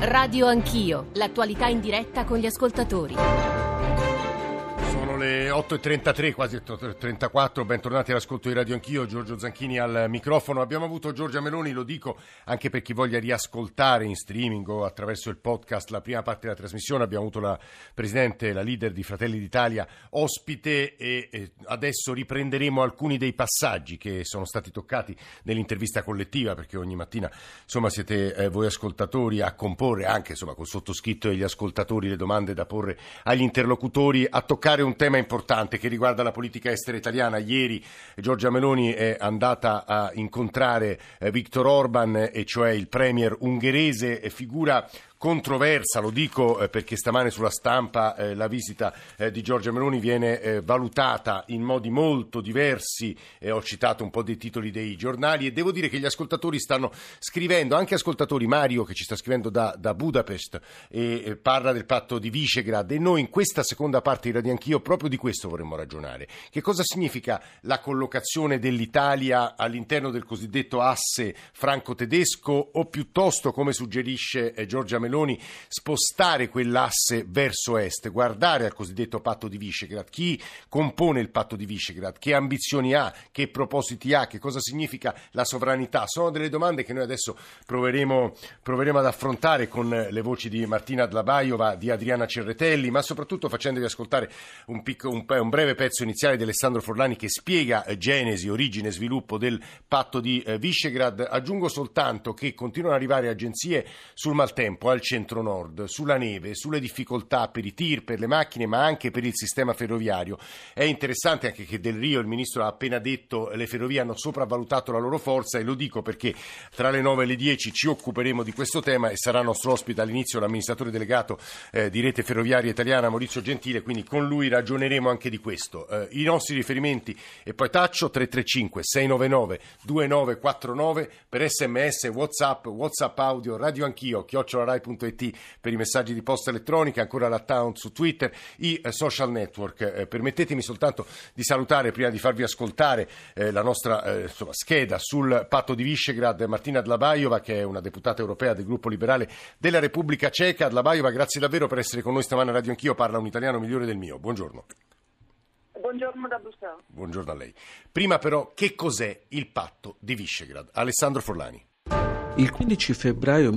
Radio Anch'io, l'attualità in diretta con gli ascoltatori. Sono le 8.33, quasi 8.34, bentornati all'ascolto di Radio Anch'io, Giorgio Zanchini al microfono. Abbiamo avuto Giorgia Meloni, lo dico anche per chi voglia riascoltare in streaming o attraverso il podcast la prima parte della trasmissione. Abbiamo avuto la Presidente, la leader di Fratelli d'Italia ospite e adesso riprenderemo alcuni dei passaggi che sono stati toccati nell'intervista collettiva, perché ogni mattina siete voi ascoltatori a comporre anche col sottoscritto e gli ascoltatori le domande da porre agli interlocutori, a toccare un tema importante che riguarda la politica estera italiana. Ieri Giorgia Meloni è andata a incontrare Viktor Orban, e cioè il premier ungherese, figura controversa, lo dico perché stamane sulla stampa la visita di Giorgia Meloni viene valutata in modi molto diversi, ho citato un po' dei titoli dei giornali e devo dire che gli ascoltatori stanno scrivendo, anche ascoltatori, Mario che ci sta scrivendo da Budapest e parla del patto di Visegrad, e noi in questa seconda parte di Radio Anch'io proprio di questo vorremmo ragionare. Che cosa significa la collocazione dell'Italia all'interno del cosiddetto asse franco-tedesco, o piuttosto, come suggerisce Giorgia Meloni, spostare quell'asse verso est, guardare al cosiddetto patto di Visegrad. Chi compone il patto di Visegrad? Che ambizioni ha? Che propositi ha? Che cosa significa la sovranità? Sono delle domande che noi adesso proveremo ad affrontare con le voci di Martina Dlabajova, di Adriana Cerretelli, ma soprattutto facendovi ascoltare un breve pezzo iniziale di Alessandro Forlani che spiega genesi, origine e sviluppo del patto di Visegrad. Aggiungo soltanto che continuano ad arrivare agenzie sul maltempo, al centro-nord, sulla neve, sulle difficoltà per i tir, per le macchine, ma anche per il sistema ferroviario. È interessante anche che Del Rio, il ministro, ha appena detto che le ferrovie hanno sopravvalutato la loro forza, e lo dico perché tra le 9 e le 10 ci occuperemo di questo tema e sarà nostro ospite all'inizio l'amministratore delegato di Rete Ferroviaria Italiana Maurizio Gentile, quindi con lui ragioneremo anche di questo. I nostri riferimenti, e poi taccio, 335 699 2949 per SMS, WhatsApp audio, Radio Anch'io, @rai.it per i messaggi di posta elettronica, ancora l'account su Twitter, i social network. Permettetemi soltanto di salutare, prima di farvi ascoltare la nostra scheda sul patto di Visegrad, Martina Dlabajova, che è una deputata europea del gruppo liberale della Repubblica Ceca. Dlabajova, grazie davvero per essere con noi stamane a Radio Anch'io, parla un italiano migliore del mio. Buongiorno. Buongiorno da Bruxelles. Buongiorno a lei. Prima però, che cos'è il patto di Visegrad? Alessandro Forlani. Il 15 febbraio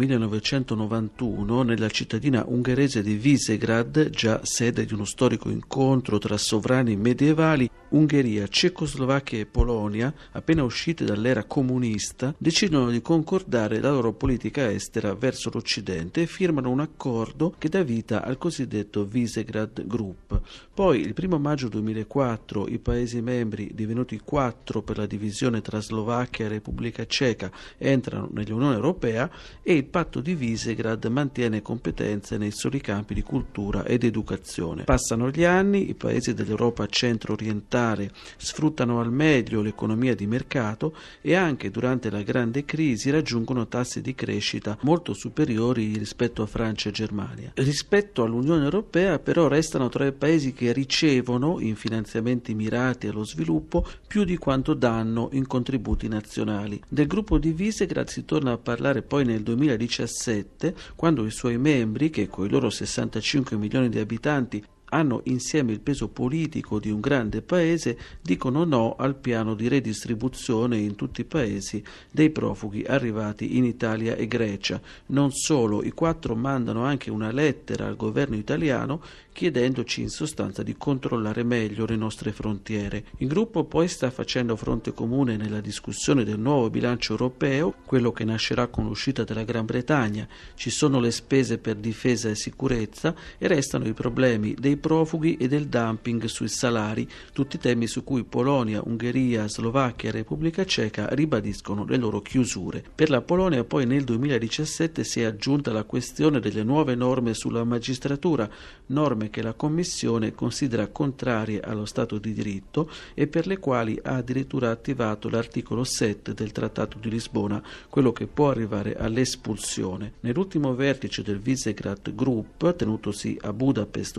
1991, nella cittadina ungherese di Visegrad, già sede di uno storico incontro tra sovrani medievali, Ungheria, Cecoslovacchia e Polonia, appena uscite dall'era comunista, decidono di concordare la loro politica estera verso l'Occidente e firmano un accordo che dà vita al cosiddetto Visegrad Group. Poi, il 1 maggio 2004, i Paesi membri, divenuti 4 per la divisione tra Slovacchia e Repubblica Ceca, entrano nell'Unione Europea e il patto di Visegrad mantiene competenze nei soli campi di cultura ed educazione. Passano gli anni, i paesi dell'Europa centro-orientale sfruttano al meglio l'economia di mercato e anche durante la grande crisi raggiungono tassi di crescita molto superiori rispetto a Francia e Germania. Rispetto all'Unione Europea però restano tra i paesi che ricevono in finanziamenti mirati allo sviluppo più di quanto danno in contributi nazionali. Del gruppo di Visegrad si torna a parlare poi nel 2017, quando i suoi membri, che con i loro 65 milioni di abitanti hanno insieme il peso politico di un grande paese, dicono no al piano di redistribuzione in tutti i paesi dei profughi arrivati in Italia e Grecia. Non solo, i 4 mandano anche una lettera al governo italiano chiedendoci in sostanza di controllare meglio le nostre frontiere. Il gruppo poi sta facendo fronte comune nella discussione del nuovo bilancio europeo, quello che nascerà con l'uscita della Gran Bretagna. Ci sono le spese per difesa e sicurezza e restano i problemi dei profughi e del dumping sui salari, tutti temi su cui Polonia, Ungheria, Slovacchia e Repubblica Ceca ribadiscono le loro chiusure. Per la Polonia poi nel 2017 si è aggiunta la questione delle nuove norme sulla magistratura, norme che la Commissione considera contrarie allo Stato di diritto e per le quali ha addirittura attivato l'articolo 7 del Trattato di Lisbona, quello che può arrivare all'espulsione. Nell'ultimo vertice del Visegrad Group, tenutosi a Budapest un mese fa,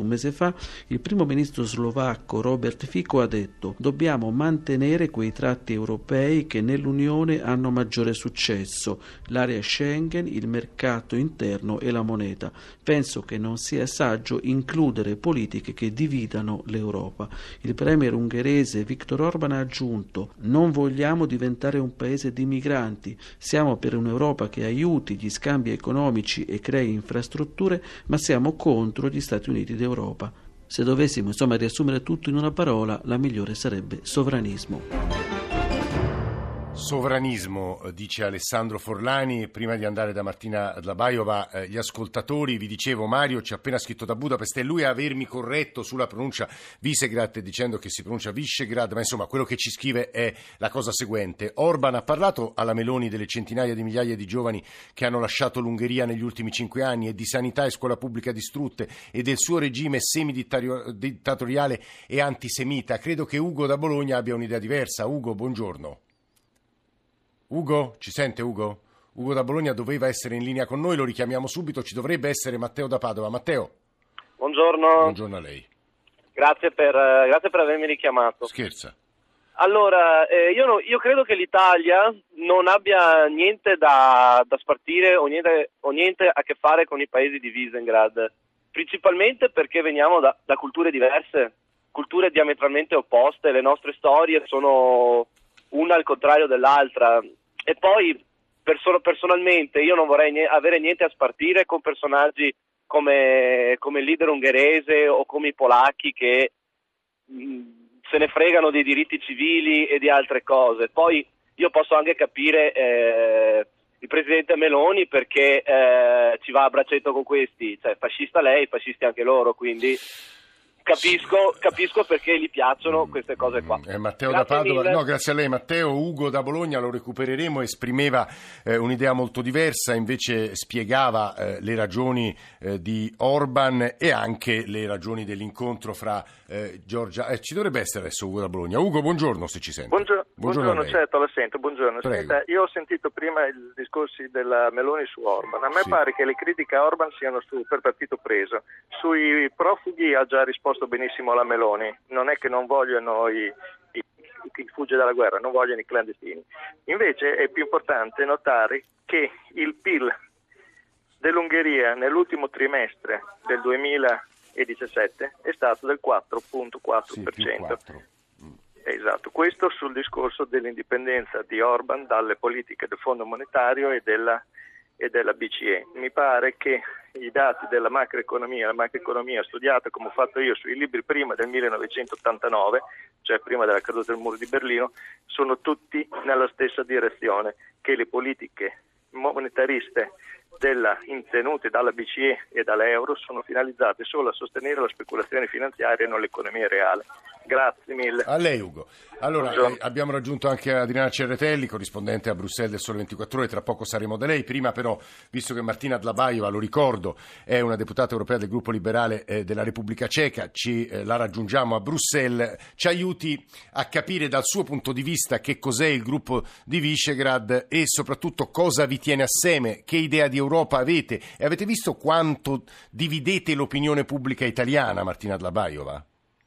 fa, il primo ministro slovacco Robert Fico ha detto: dobbiamo mantenere quei tratti europei che nell'Unione hanno maggiore successo, l'area Schengen, il mercato interno e la moneta. Penso che non sia saggio includere politiche che dividano l'Europa. Il premier ungherese Viktor Orban ha aggiunto: non vogliamo diventare un paese di migranti, siamo per un'Europa che aiuti gli scambi economici e crei infrastrutture, ma siamo contro gli Stati Uniti d'Europa. Se dovessimo riassumere tutto in una parola, la migliore sarebbe sovranismo. Sovranismo, dice Alessandro Forlani. Prima di andare da Martina Dlabajova, gli ascoltatori, vi dicevo, Mario ci ha appena scritto da Budapest e lui a avermi corretto sulla pronuncia Visegrad dicendo che si pronuncia Visegrad, ma insomma quello che ci scrive è la cosa seguente: Orban ha parlato alla Meloni delle centinaia di migliaia di giovani che hanno lasciato l'Ungheria negli ultimi 5 anni e di sanità e scuola pubblica distrutte e del suo regime semidittatoriale e antisemita. Credo che Ugo da Bologna abbia un'idea diversa. Ugo, buongiorno. Ugo, ci sente Ugo? Ugo da Bologna doveva essere in linea con noi, lo richiamiamo subito, ci dovrebbe essere Matteo da Padova. Matteo. Buongiorno. Buongiorno a lei. Grazie per avermi richiamato. Scherza. Allora, io credo che l'Italia non abbia niente da spartire o niente a che fare con i paesi di Visegrad, principalmente perché veniamo da culture diverse, culture diametralmente opposte, le nostre storie sono una al contrario dell'altra, e poi personalmente io non vorrei avere niente a spartire con personaggi come il leader ungherese o come i polacchi che se ne fregano dei diritti civili e di altre cose. Poi io posso anche capire il presidente Meloni perché ci va a braccetto con questi, cioè fascista lei, fascisti anche loro, quindi Capisco perché gli piacciono queste cose qua. Matteo Grazie da Padova, mille. no, grazie a lei Matteo. Ugo da Bologna lo recupereremo, esprimeva un'idea molto diversa, invece spiegava le ragioni di Orban e anche le ragioni dell'incontro fra Giorgia. Ci dovrebbe essere adesso Ugo da Bologna. Ugo, buongiorno se ci sente. Buongiorno, certo, la sento, buongiorno. Prego. Io ho sentito prima i discorsi della Meloni su Orban. A me pare che le critiche a Orban siano per partito preso. Sui profughi ha già risposto benissimo la Meloni, non è che non vogliono chi fugge dalla guerra, non vogliono i clandestini. Invece è più importante notare che il PIL dell'Ungheria nell'ultimo trimestre del 2017 è stato del 4,4%. Esatto, questo sul discorso dell'indipendenza di Orban dalle politiche del Fondo Monetario e della BCE. Mi pare che i dati della macroeconomia, la macroeconomia studiata come ho fatto io sui libri prima del 1989, cioè prima della caduta del muro di Berlino, sono tutti nella stessa direzione, che le politiche monetariste intenute dalla BCE e dall'euro sono finalizzate solo a sostenere la speculazione finanziaria e non l'economia reale. Grazie mille. A lei Ugo. Allora, abbiamo raggiunto anche Adriana Cerretelli, corrispondente a Bruxelles del Sole 24 Ore, tra poco saremo da lei. Prima però, visto che Martina Dlabajova, lo ricordo, è una deputata europea del gruppo liberale della Repubblica Ceca, la raggiungiamo a Bruxelles, ci aiuti a capire dal suo punto di vista che cos'è il gruppo di Visegrad e soprattutto cosa vi tiene assieme, che idea di Europa avete, e avete visto quanto dividete l'opinione pubblica italiana, Martina Dlabajova?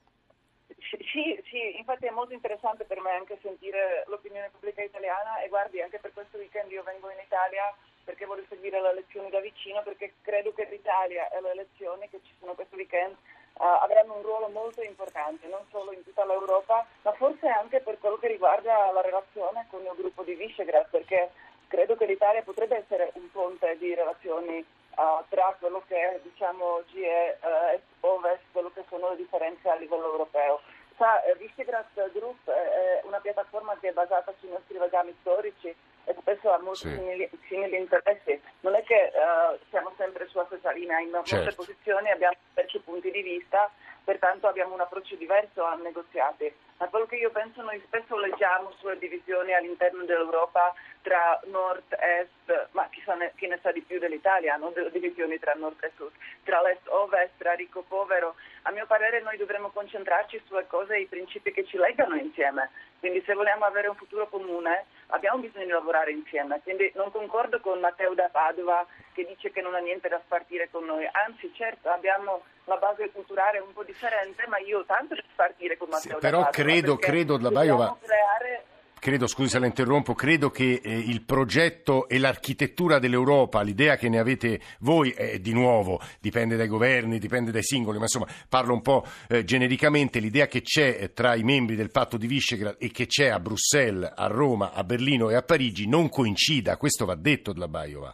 Sì, infatti è molto interessante per me anche sentire l'opinione pubblica italiana, e guardi, anche per questo weekend io vengo in Italia perché voglio seguire le elezioni da vicino, perché credo che l'Italia e le elezioni che ci sono questo weekend avranno un ruolo molto importante, non solo in tutta l'Europa, ma forse anche per quello che riguarda la relazione con il gruppo di Visegrad, perché credo che l'Italia potrebbe essere un ponte di relazioni tra quello che è, diciamo, GE Est-Ovest, quello che sono le differenze a livello europeo. Visegrad Group è una piattaforma che è basata sui nostri legami storici e spesso ha molti simili interessi. Non è che siamo sempre sulla stessa linea, in molte posizioni abbiamo diversi punti di vista, pertanto abbiamo un approccio diverso ai negoziati. Ma quello che io penso, noi spesso leggiamo sulle divisioni all'interno dell'Europa tra nord, est, ma ci chi ne sa di più dell'Italia, non delle divisioni tra nord e sud, tra l'est-ovest, tra ricco-povero. A mio parere noi dovremmo concentrarci sulle cose e i principi che ci legano insieme. Quindi se vogliamo avere un futuro comune abbiamo bisogno di lavorare insieme. Quindi non concordo con Matteo da Padova che dice che non ha niente da spartire con noi. Anzi, certo, abbiamo la base culturale un po' differente, ma io ho tanto da spartire con Matteo da Padova. Però credo Dlabajová, creare... scusi se la interrompo, credo che il progetto e l'architettura dell'Europa, l'idea che ne avete voi, di nuovo, dipende dai governi, dipende dai singoli, ma insomma parlo un po' genericamente, l'idea che c'è tra i membri del patto di Visegrad e che c'è a Bruxelles, a Roma, a Berlino e a Parigi non coincida, questo va detto Dlabajová.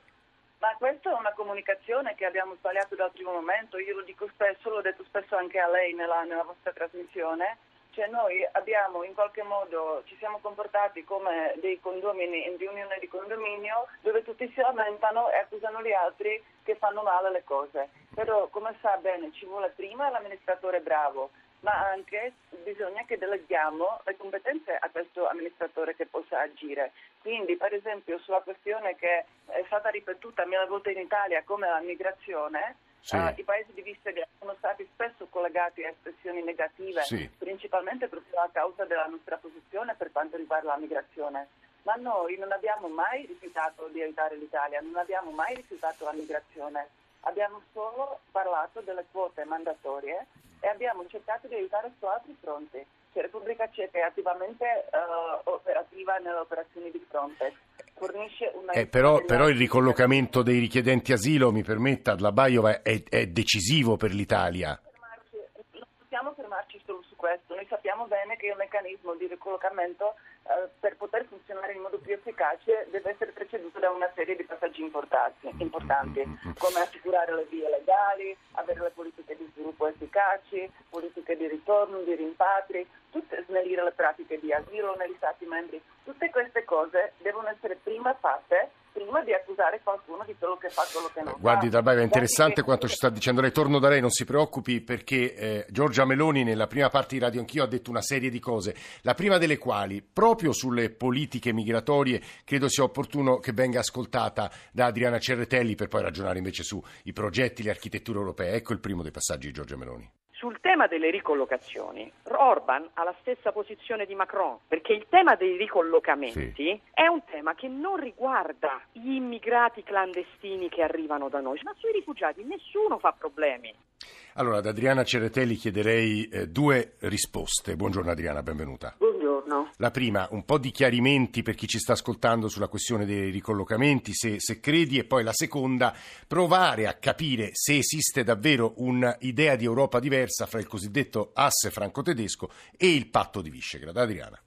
Ma questa è una comunicazione che abbiamo sbagliato dal primo momento, io lo dico spesso, l'ho detto spesso anche a lei nella vostra trasmissione. Cioè noi abbiamo in qualche modo, ci siamo comportati come dei condomini in riunione di condominio dove tutti si lamentano e accusano gli altri che fanno male le cose. Però come sa bene ci vuole prima l'amministratore bravo, ma anche bisogna che deleghiamo le competenze a questo amministratore che possa agire. Quindi per esempio sulla questione che è stata ripetuta 1000 volte in Italia come la migrazione, sì. I paesi di Visegrad sono stati spesso collegati a espressioni negative, sì. Principalmente proprio a causa della nostra posizione per quanto riguarda la migrazione. Ma noi non abbiamo mai rifiutato di aiutare l'Italia, non abbiamo mai rifiutato la migrazione. Abbiamo solo parlato delle quote mandatorie e abbiamo cercato di aiutare su altri fronti. Cioè, Repubblica Ceca è attivamente operativa nelle operazioni di Frontex. Fornisce una però il ricollocamento dei richiedenti asilo, mi permetta, Dlabajová, è decisivo per l'Italia. Non possiamo fermarci solo su questo. Noi sappiamo bene che il meccanismo di ricollocamento per poter funzionare in modo più efficace deve essere preceduto da una serie di passaggi importanti, come assicurare le vie legali, avere le politiche di sviluppo efficaci, politiche di ritorno, di rimpatri, snellire le pratiche di asilo negli Stati membri. Tutte queste cose devono essere prima fatte prima di accusare qualcuno di quello che fa, quello che non fa. Guardi Dlabajová, è interessante quanto ci sta dicendo lei, torno da lei, non si preoccupi, perché Giorgia Meloni nella prima parte di Radio Anch'io ha detto una serie di cose, la prima delle quali, proprio sulle politiche migratorie, credo sia opportuno che venga ascoltata da Adriana Cerretelli per poi ragionare invece sui progetti, le architetture europee. Ecco il primo dei passaggi di Giorgia Meloni. Sul tema delle ricollocazioni, Orban ha la stessa posizione di Macron, perché il tema dei ricollocamenti è un tema che non riguarda gli immigrati clandestini che arrivano da noi, ma sui rifugiati nessuno fa problemi. Allora, ad Adriana Cerretelli chiederei due risposte. Buongiorno Adriana, benvenuta. Buongiorno. La prima, un po' di chiarimenti per chi ci sta ascoltando sulla questione dei ricollocamenti, se credi, e poi la seconda, provare a capire se esiste davvero un'idea di Europa diversa fra il cosiddetto asse franco-tedesco e il patto di Visegrad. Adriana.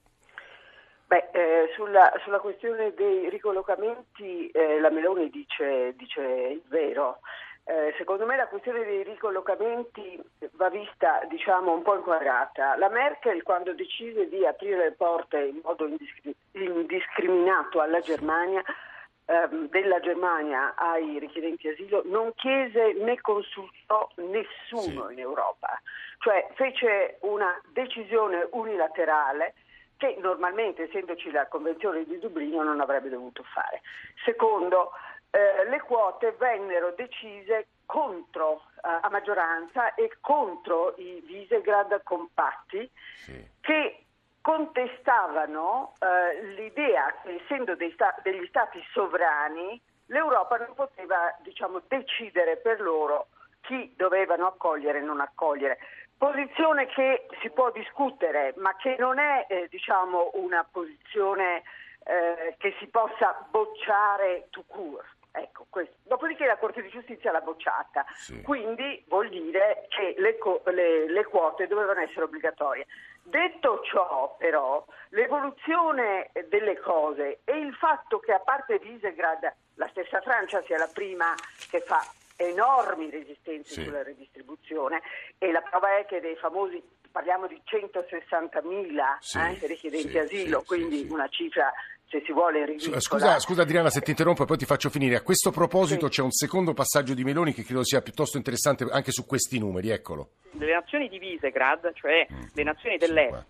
Sulla questione dei ricollocamenti la Meloni dice il vero. Secondo me la questione dei ricollocamenti va vista, un po' inquadrata. La Merkel, quando decise di aprire le porte in modo indiscriminato alla Germania, della Germania ai richiedenti asilo, non chiese né consultò nessuno in Europa, cioè fece una decisione unilaterale che normalmente, essendoci la Convenzione di Dublino, non avrebbe dovuto fare. Secondo, le quote vennero decise contro a maggioranza e contro i Visegrad compatti che contestavano l'idea che, essendo degli stati sovrani, l'Europa non poteva decidere per loro chi dovevano accogliere e non accogliere. Posizione che si può discutere, ma che non è una posizione che si possa bocciare tout court. Ecco, questo. Dopodiché la Corte di Giustizia l'ha bocciata, quindi vuol dire che le quote dovevano essere obbligatorie. Detto ciò, però, l'evoluzione delle cose e il fatto che, a parte Visegrad, la stessa Francia sia la prima che fa enormi resistenze sulla redistribuzione, e la prova è che dei famosi, parliamo di 160.000 richiedenti asilo, quindi una cifra, se si vuole, ridicola. Scusa Adriana se ti interrompo e poi ti faccio finire. A questo proposito c'è un secondo passaggio di Meloni che credo sia piuttosto interessante anche su questi numeri, eccolo. Le nazioni di Visegrad, cioè le nazioni dell'Est,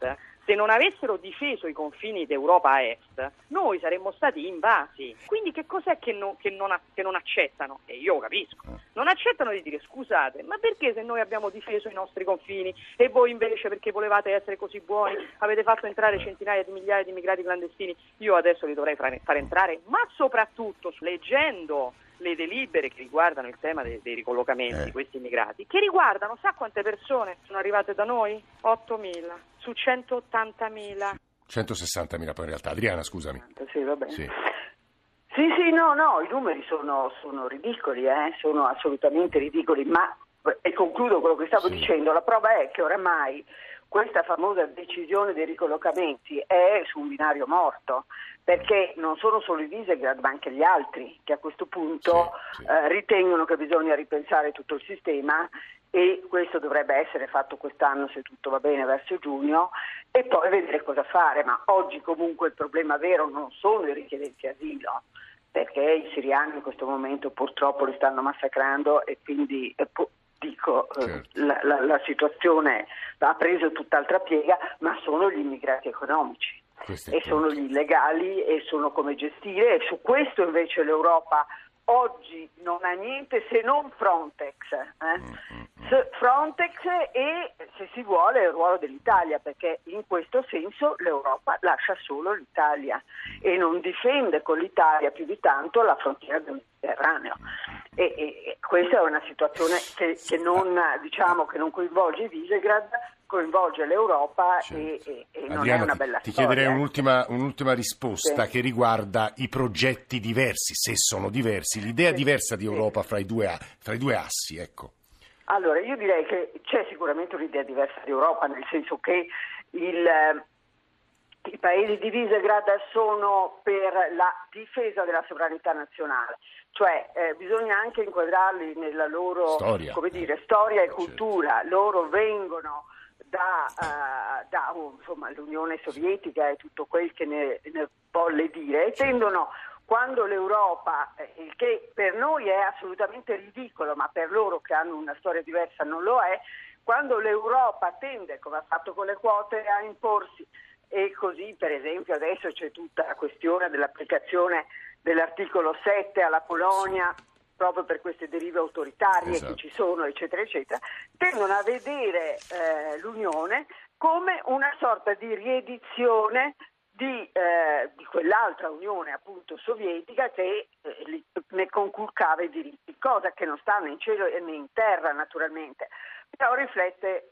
se non avessero difeso i confini d'Europa a est, noi saremmo stati invasi. Quindi che cos'è che non accettano? E io capisco. Non accettano di dire: scusate, ma perché se noi abbiamo difeso i nostri confini e voi invece, perché volevate essere così buoni, avete fatto entrare centinaia di migliaia di immigrati clandestini, io adesso li dovrei far entrare? Ma soprattutto, leggendo le delibere che riguardano il tema dei ricollocamenti di questi immigrati, che riguardano, sa quante persone sono arrivate da noi? 8.000 su 180.000. 160.000 poi in realtà. Adriana, scusami. Sì, va bene. Sì. Sì, no, i numeri sono ridicoli, sono assolutamente ridicoli, ma, e concludo quello che stavo dicendo, la prova è che oramai questa famosa decisione dei ricollocamenti è su un binario morto, perché non sono solo i Visegrad ma anche gli altri che a questo punto ritengono che bisogna ripensare tutto il sistema, e questo dovrebbe essere fatto quest'anno, se tutto va bene, verso giugno, e poi vedere cosa fare. Ma oggi comunque il problema vero non sono i richiedenti asilo, perché i siriani in questo momento purtroppo li stanno massacrando, e quindi la situazione ha preso tutt'altra piega, ma sono gli immigrati economici e sono gli illegali, e sono come gestire, e su questo invece l'Europa oggi non ha niente se non Frontex. Frontex e, se si vuole, il ruolo dell'Italia, perché in questo senso l'Europa lascia solo l'Italia e non difende con l'Italia più di tanto la frontiera del Mediterraneo. E questa è una situazione che non coinvolge i Visegrad, coinvolge l'Europa, e non Adriana, è una bella ti storia. chiederei un'ultima risposta che riguarda i progetti diversi, se sono diversi, l'idea diversa di Europa fra i due assi, ecco. Allora, io direi che c'è sicuramente un'idea diversa di Europa, nel senso che i paesi di Visegrad sono per la difesa della sovranità nazionale, cioè bisogna anche inquadrarli nella loro storia e cultura. Loro vengono da l'Unione Sovietica e tutto quel che ne volle dire, e tendono, quando l'Europa, il che per noi è assolutamente ridicolo, ma per loro che hanno una storia diversa non lo è, quando l'Europa tende, come ha fatto con le quote, a imporsi, e così per esempio adesso c'è tutta la questione dell'applicazione dell'articolo 7 alla Polonia, proprio per queste derive autoritarie che ci sono, eccetera, eccetera, tendono a vedere l'Unione come una sorta di riedizione di quell'altra Unione appunto sovietica che ne conculcava i diritti, cosa che non sta né in cielo né in terra naturalmente, però riflette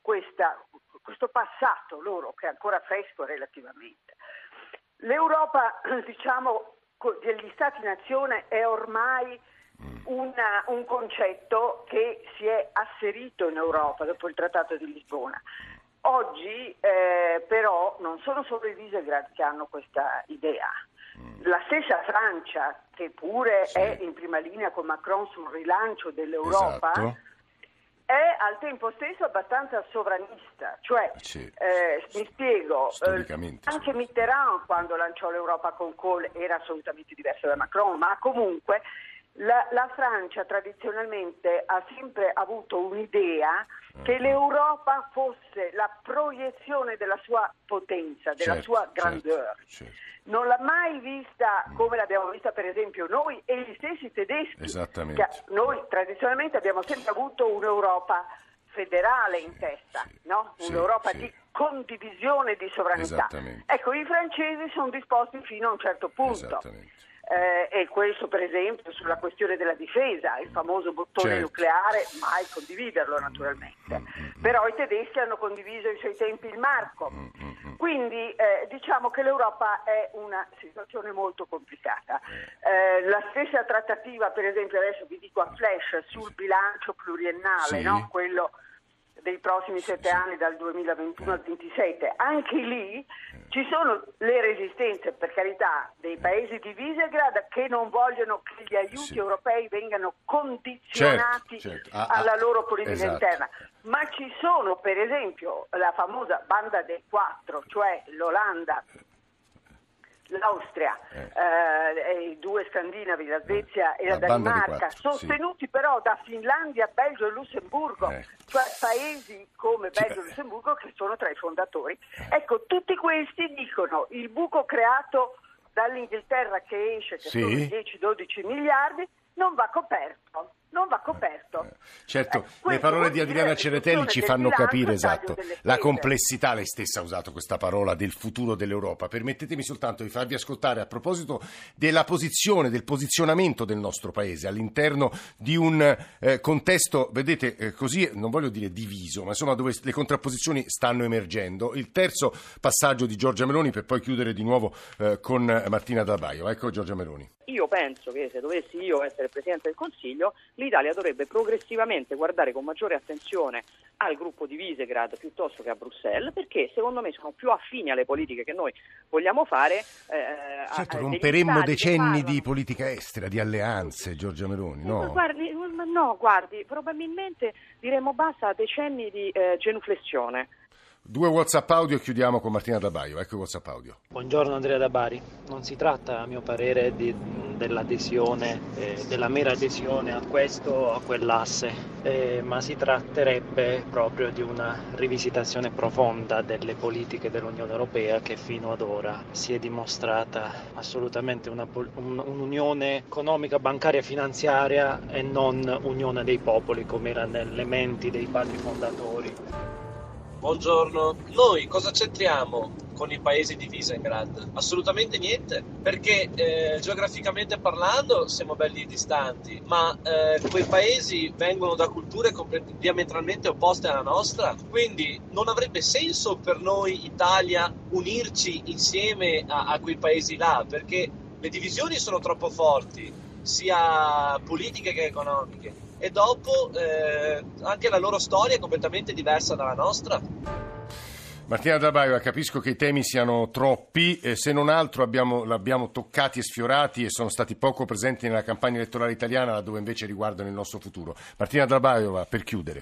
questo passato loro che è ancora fresco relativamente. L'Europa, diciamo, degli Stati-nazione è ormai un concetto che si è asserito in Europa dopo il Trattato di Lisbona. Oggi però non sono solo i Visegrad che hanno questa idea. La stessa Francia, che pure è in prima linea con Macron sul rilancio dell'Europa, è al tempo stesso abbastanza sovranista, cioè mi spiego, anche Mitterrand quando lanciò l'Europa con Kohl era assolutamente diverso da Macron, ma comunque la Francia tradizionalmente ha sempre avuto un'idea che l'Europa fosse la proiezione della sua potenza, della sua grandeur. Non l'ha mai vista come l'abbiamo vista per esempio noi e gli stessi tedeschi. Esattamente. Noi tradizionalmente abbiamo sempre avuto un'Europa federale in testa, no? Un'Europa di condivisione di sovranità. Ecco, i francesi sono disposti fino a un certo punto. E questo per esempio sulla questione della difesa, il famoso bottone nucleare, mai condividerlo naturalmente, però i tedeschi hanno condiviso ai suoi tempi il marco, quindi diciamo che l'Europa è una situazione molto complicata. La stessa trattativa per esempio, adesso vi dico a flash, sul bilancio pluriennale, no? Quello dei prossimi 7 anni dal 2021 al 2027, anche lì ci sono le resistenze, per carità, dei paesi di Visegrad che non vogliono che gli aiuti europei vengano condizionati alla loro politica interna, ma ci sono per esempio la famosa banda dei 4, cioè l'Olanda, l'Austria, i due scandinavi, la Svezia e la Danimarca, sostenuti però da Finlandia, Belgio e Lussemburgo, cioè paesi come Belgio e Lussemburgo che sono tra i fondatori. Ecco, tutti questi dicono il buco creato dall'Inghilterra che esce, che sono 10-12 miliardi, non va coperto. Certo, le parole di Adriana Cerretelli ci fanno capire la complessità. Lei stessa ha usato questa parola del futuro dell'Europa. Permettetemi soltanto di farvi ascoltare a proposito della posizione, del posizionamento del nostro paese all'interno di un contesto, vedete, così non voglio dire diviso, ma insomma dove le contrapposizioni stanno emergendo. Il terzo passaggio di Giorgia Meloni per poi chiudere di nuovo con Martina D'Albaio. Ecco Giorgia Meloni. Io penso che se dovessi io essere Presidente del Consiglio, l'Italia dovrebbe progressivamente guardare con maggiore attenzione al gruppo di Visegrad piuttosto che a Bruxelles, perché secondo me sono più affini alle politiche che noi vogliamo fare. Certo, romperemmo decenni di politica estera, di alleanze, Giorgia Meloni, no? Guardi, probabilmente diremmo basta a decenni di genuflessione. 2 WhatsApp audio e chiudiamo con Martina D'Albaio. Ecco i WhatsApp audio. Buongiorno Andrea da Bari. Non si tratta, a mio parere, dell'adesione, della mera adesione a questo o a quell'asse, ma si tratterebbe proprio di una rivisitazione profonda delle politiche dell'Unione Europea che fino ad ora si è dimostrata assolutamente un'unione economica, bancaria e finanziaria e non unione dei popoli come era nelle menti dei padri fondatori. Buongiorno, noi cosa c'entriamo con i paesi di Visegrad? Assolutamente niente, perché geograficamente parlando siamo belli distanti, ma quei paesi vengono da culture diametralmente opposte alla nostra, quindi non avrebbe senso per noi Italia unirci insieme a quei paesi là, perché le divisioni sono troppo forti, sia politiche che economiche. E dopo anche la loro storia è completamente diversa dalla nostra. Martina D'Albaio, capisco che i temi siano troppi, se non altro l'abbiamo toccati e sfiorati e sono stati poco presenti nella campagna elettorale italiana, laddove invece riguardano il nostro futuro. Martina D'Albaio, per chiudere.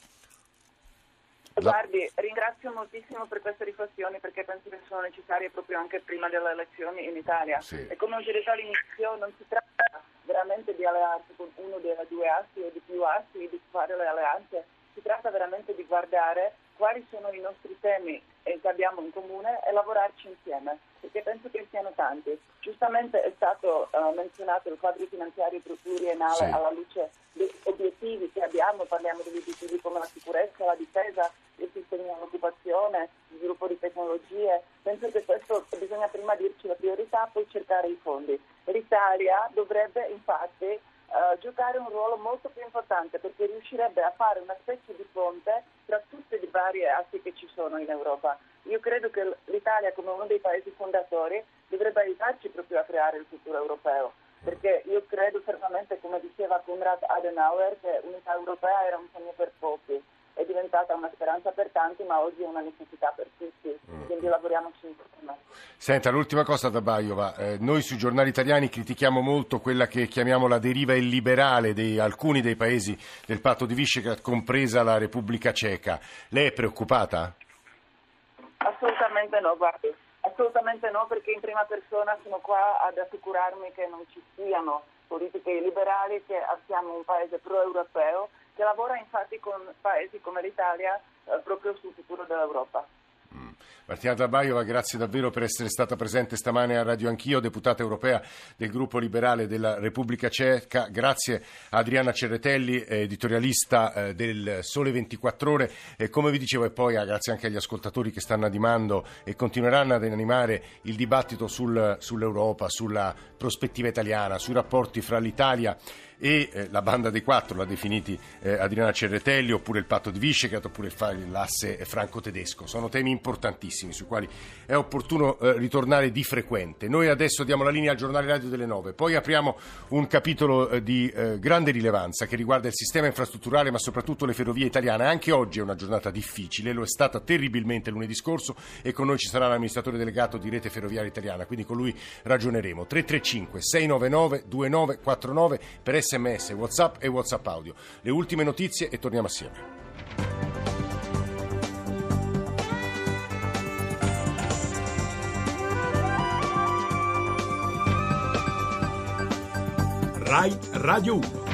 Guardi, ringrazio moltissimo per queste riflessioni, perché penso che sono necessarie proprio anche prima delle elezioni in Italia. Sì. E come ho detto all'inizio, non si tratta veramente di allearsi con uno dei 2 assi o di più assi, di fare le alleanze, si tratta veramente di guardare quali sono i nostri temi che abbiamo in comune e lavorarci insieme, perché penso che siano tanti. Giustamente è stato menzionato il quadro finanziario pluriennale alla luce degli obiettivi che abbiamo, parliamo degli obiettivi come la sicurezza, la difesa, il sostegno all'occupazione, il sviluppo di tecnologie. Penso che questo bisogna prima dirci la priorità, poi cercare i fondi. L'Italia dovrebbe infatti giocare un ruolo molto più importante, perché riuscirebbe a fare una specie di ponte tra tutte le varie assi che ci sono in Europa. Io credo che l'Italia, come uno dei paesi fondatori, dovrebbe aiutarci proprio a creare il futuro europeo, perché io credo fermamente, come diceva Konrad Adenauer, che l'unità europea era un sogno per pochi, è diventata una speranza per tanti, ma oggi è una necessità per tutti, quindi lavoriamoci insieme. Senta, l'ultima cosa da Baiova, noi sui giornali italiani critichiamo molto quella che chiamiamo la deriva illiberale di alcuni dei paesi del patto di Visegrad, compresa la Repubblica Ceca. Lei è preoccupata? Assolutamente no, guardi, assolutamente no, perché in prima persona sono qua ad assicurarmi che non ci siano politiche illiberali, che siamo un paese pro-europeo, che lavora infatti con paesi come l'Italia proprio sul futuro dell'Europa. Martina D'Albaio, grazie davvero per essere stata presente stamane a Radio Anch'io, deputata europea del gruppo liberale della Repubblica Ceca. Grazie a Adriana Cerretelli, editorialista del Sole 24 Ore. Come vi dicevo, e poi grazie anche agli ascoltatori che stanno animando e continueranno ad animare il dibattito sull'Europa, sulla prospettiva italiana, sui rapporti fra l'Italia e la banda dei 4, l'ha definiti Adriana Cerretelli, oppure il patto di Visegrad, oppure l'asse franco-tedesco. Sono temi importantissimi sui quali è opportuno ritornare di frequente. Noi adesso diamo la linea al giornale radio delle 9, poi apriamo un capitolo di grande rilevanza che riguarda il sistema infrastrutturale, ma soprattutto le ferrovie italiane. Anche oggi è una giornata difficile, lo è stata terribilmente lunedì scorso, e con noi ci sarà l'amministratore delegato di Rete Ferroviaria Italiana, quindi con lui ragioneremo. 335 699 2949 per SMS, WhatsApp e WhatsApp audio. Le ultime notizie e torniamo assieme. Rai Radio 1.